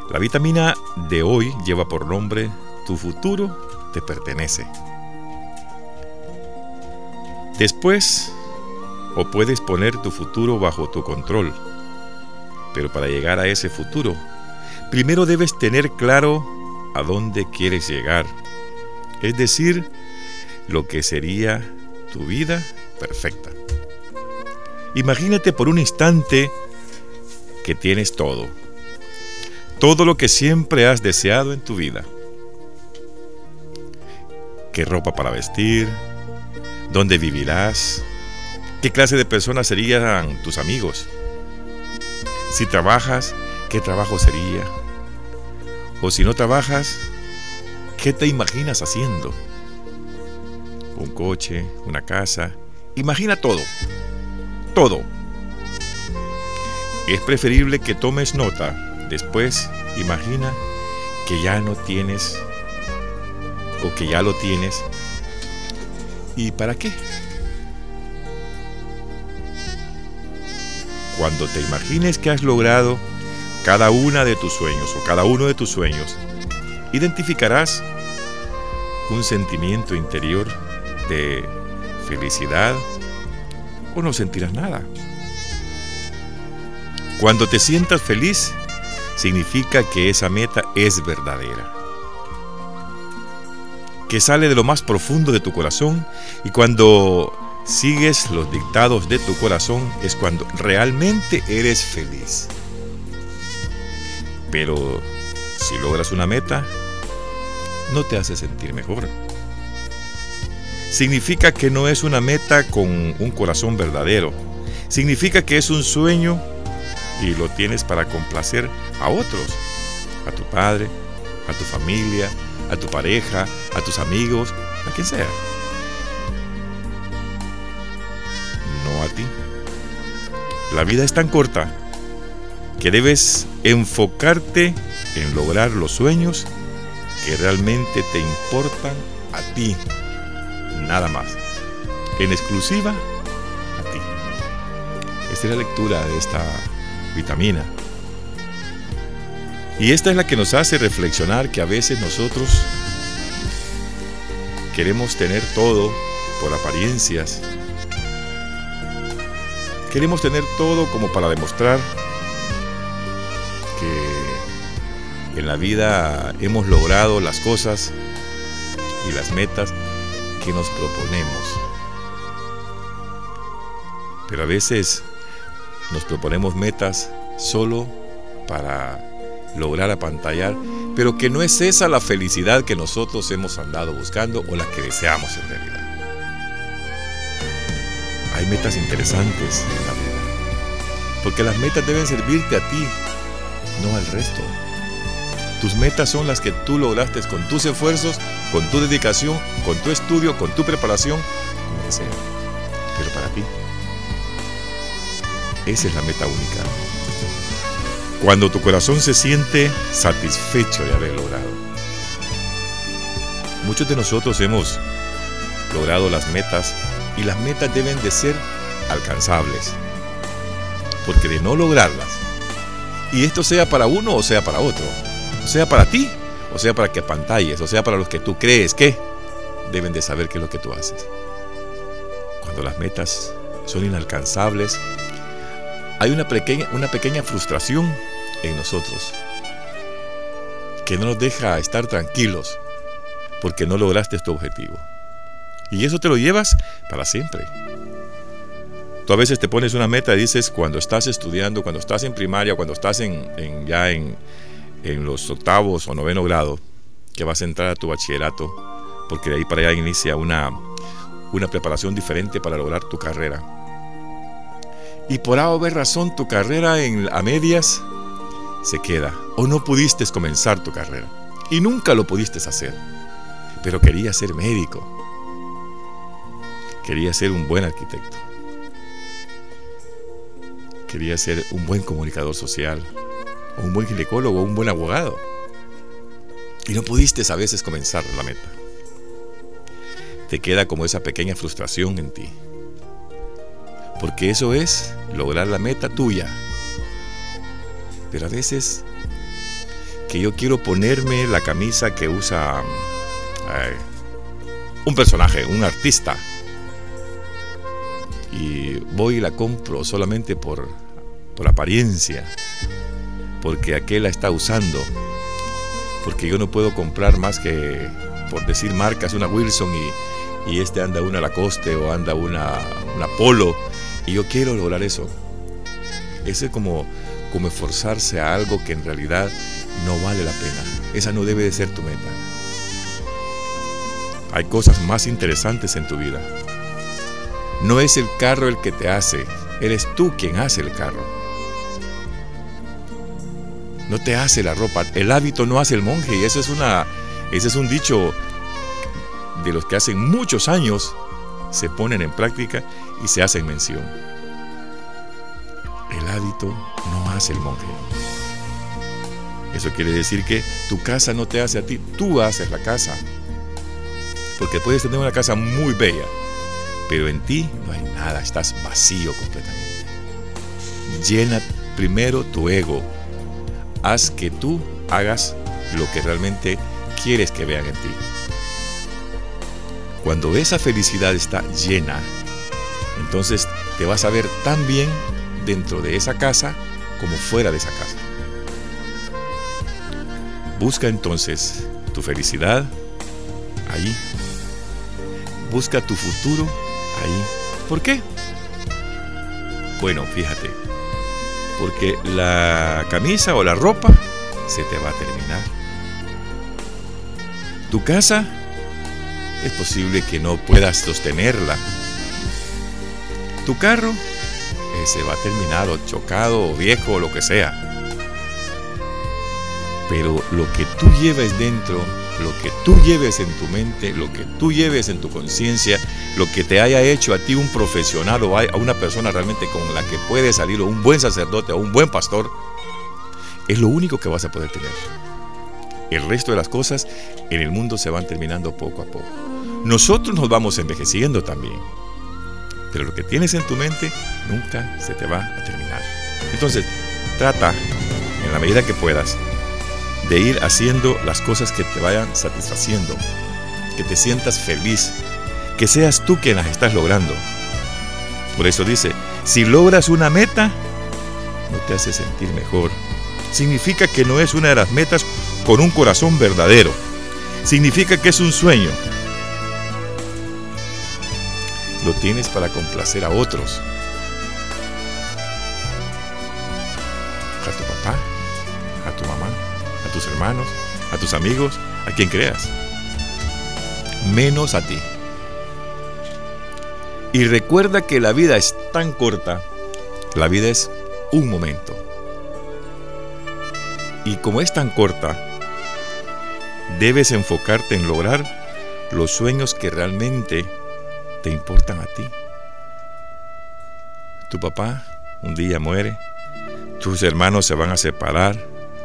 La vitamina de hoy lleva por nombre Tu futuro te pertenece. Después, o puedes poner tu futuro bajo tu control. Pero para llegar a ese futuro, primero debes tener claro a dónde quieres llegar. Es decir, lo que sería tu vida perfecta. Imagínate por un instante que tienes todo. Todo lo que siempre has deseado en tu vida. ¿Qué ropa para vestir? ¿Dónde vivirás? ¿Qué clase de personas serían tus amigos? Si trabajas, ¿qué trabajo sería? O si no trabajas, ¿qué te imaginas haciendo? Un coche, una casa. Imagina todo. Todo. Es preferible que tomes nota. Después, imagina que ya no tienes o que ya lo tienes. ¿Y para qué? Cuando te imagines que has logrado cada una de tus sueños o cada uno de tus sueños, identificarás un sentimiento interior de felicidad o no sentirás nada. Cuando te sientas feliz, significa que esa meta es verdadera, que sale de lo más profundo de tu corazón, y cuando sigues los dictados de tu corazón es cuando realmente eres feliz. Pero si logras una meta, no te hace sentir mejor. Significa que no es una meta con un corazón verdadero. Significa que es un sueño y lo tienes para complacer a otros, a tu padre, a tu familia, a tu pareja, a tus amigos, a quien sea. No a ti. La vida es tan corta que debes enfocarte en lograr los sueños que realmente te importan a ti, nada más, en exclusiva a ti. Esta es la lectura de esta vitamina. Y esta es la que nos hace reflexionar que a veces nosotros queremos tener todo por apariencias. Queremos tener todo como para demostrar que en la vida hemos logrado las cosas y las metas que nos proponemos. Pero a veces nos proponemos metas solo para lograr apantallar, pero que no es esa la felicidad que nosotros hemos andado buscando o la que deseamos en realidad. Hay metas interesantes en la vida, porque las metas deben servirte a ti, no al resto. Tus metas son las que tú lograste con tus esfuerzos, con tu dedicación, con tu estudio, con tu preparación, como que sea. Pero para ti, esa es la meta única. Cuando tu corazón se siente satisfecho de haber logrado. Muchos de nosotros hemos logrado las metas, y las metas deben de ser alcanzables, porque de no lograrlas, y esto sea para uno o sea para otro, o sea para ti, o sea para que apantalles, o sea para los que tú crees que deben de saber qué es lo que tú haces. Cuando las metas son inalcanzables, hay una pequeña frustración en nosotros que no nos deja estar tranquilos porque no lograste tu objetivo. Y eso te lo llevas para siempre. Tú a veces te pones una meta y dices, cuando estás estudiando, cuando estás en primaria, cuando estás ya en los 8º o 9º grado, que vas a entrar a tu bachillerato, porque de ahí para allá inicia una preparación diferente para lograr tu carrera. Y por haber razón, tu carrera a medias se queda, o no pudiste comenzar tu carrera, y nunca lo pudiste hacer, pero querías ser médico, querías ser un buen arquitecto, querías ser un buen comunicador social, o un buen ginecólogo, o un buen abogado, y no pudiste a veces comenzar la meta. Te queda como esa pequeña frustración en ti, porque eso es lograr la meta tuya. Pero a veces que yo quiero ponerme la camisa que usa un personaje, un artista, y voy y la compro solamente por apariencia, porque aquel la está usando, porque yo no puedo comprar más que, por decir marcas, una Wilson y este anda una Lacoste o anda una Polo, y yo quiero lograr eso. Eso es como esforzarse a algo que en realidad no vale la pena. Esa no debe de ser tu meta. Hay cosas más interesantes en tu vida. No es el carro el que te hace, eres tú quien hace el carro. No te hace la ropa, el hábito no hace el monje, y ese es un dicho de los que hace muchos años se ponen en práctica y se hacen mención. El hábito no hace el monje. Eso quiere decir que tu casa no te hace a ti, tú haces la casa. Porque puedes tener una casa muy bella, pero en ti no hay nada, estás vacío completamente. Llena primero tu ego. Haz que tú hagas lo que realmente quieres que vean en ti. Cuando esa felicidad está llena, entonces te vas a ver tan bien dentro de esa casa como fuera de esa casa. Busca entonces tu felicidad ahí. Busca tu futuro ahí. ¿Por qué? Bueno, fíjate. Porque la camisa o la ropa se te va a terminar. Tu casa es posible que no puedas sostenerla. Tu carro se va terminado, chocado o viejo o lo que sea. Pero lo que tú lleves dentro, lo que tú lleves en tu mente, lo que tú lleves en tu conciencia, lo que te haya hecho a ti un profesional o a una persona realmente con la que puede salir, o un buen sacerdote o un buen pastor, es lo único que vas a poder tener. El resto de las cosas en el mundo se van terminando poco a poco. Nosotros nos vamos envejeciendo también, pero lo que tienes en tu mente nunca se te va a terminar. Entonces, trata, en la medida que puedas, de ir haciendo las cosas que te vayan satisfaciendo, que te sientas feliz, que seas tú quien las estás logrando. Por eso dice, si logras una meta, no te hace sentir mejor. Significa que no es una de las metas con un corazón verdadero. Significa que es un sueño. Lo tienes para complacer a otros. A tu papá, a tu mamá, a tus hermanos, a tus amigos, a quien creas. Menos a ti. Y recuerda que la vida es tan corta, la vida es un momento. Y como es tan corta, debes enfocarte en lograr los sueños que realmente te importan a ti. Tu papá un día muere, tus hermanos se van a separar.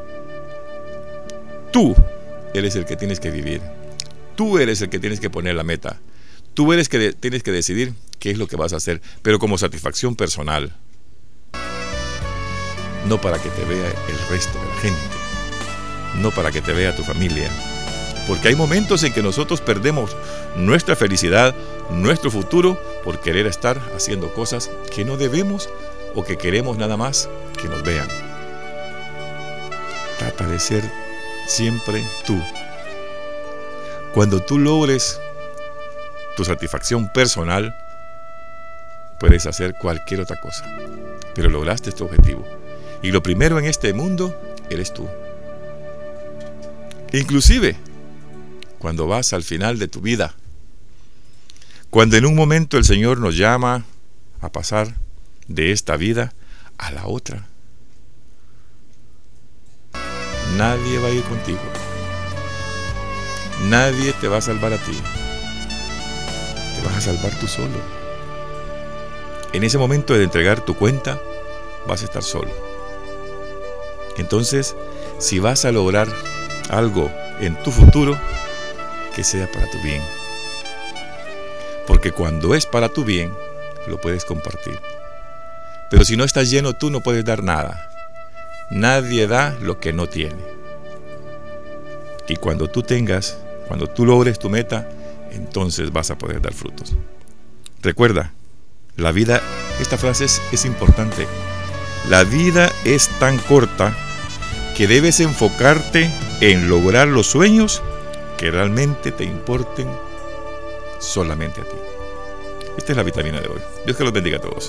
Tú eres el que tienes que vivir. Tú eres el que tienes que poner la meta. Tú eres que tienes que decidir qué es lo que vas a hacer, pero como satisfacción personal, no para que te vea el resto de la gente, no para que te vea tu familia, porque hay momentos en que nosotros perdemos nuestra felicidad, nuestro futuro, por querer estar haciendo cosas que no debemos o que queremos nada más que nos vean. Trata de ser siempre tú. Cuando tú logres tu satisfacción personal, puedes hacer cualquier otra cosa, pero lograste tu objetivo. Y lo primero en este mundo eres tú. Inclusive, cuando vas al final de tu vida, cuando en un momento el Señor nos llama a pasar de esta vida a la otra, nadie va a ir contigo. Nadie te va a salvar a ti. Te vas a salvar tú solo. En ese momento de entregar tu cuenta, vas a estar solo. Entonces, si vas a lograr algo en tu futuro, que sea para tu bien. Porque cuando es para tu bien, lo puedes compartir. Pero si no estás lleno, tú no puedes dar nada. Nadie da lo que no tiene. Y cuando tú logres tu meta, entonces vas a poder dar frutos. Recuerda, la vida, esta frase es importante. La vida es tan corta que debes enfocarte en lograr los sueños que realmente te importen solamente a ti. Esta es la vitamina de hoy. Dios que los bendiga a todos.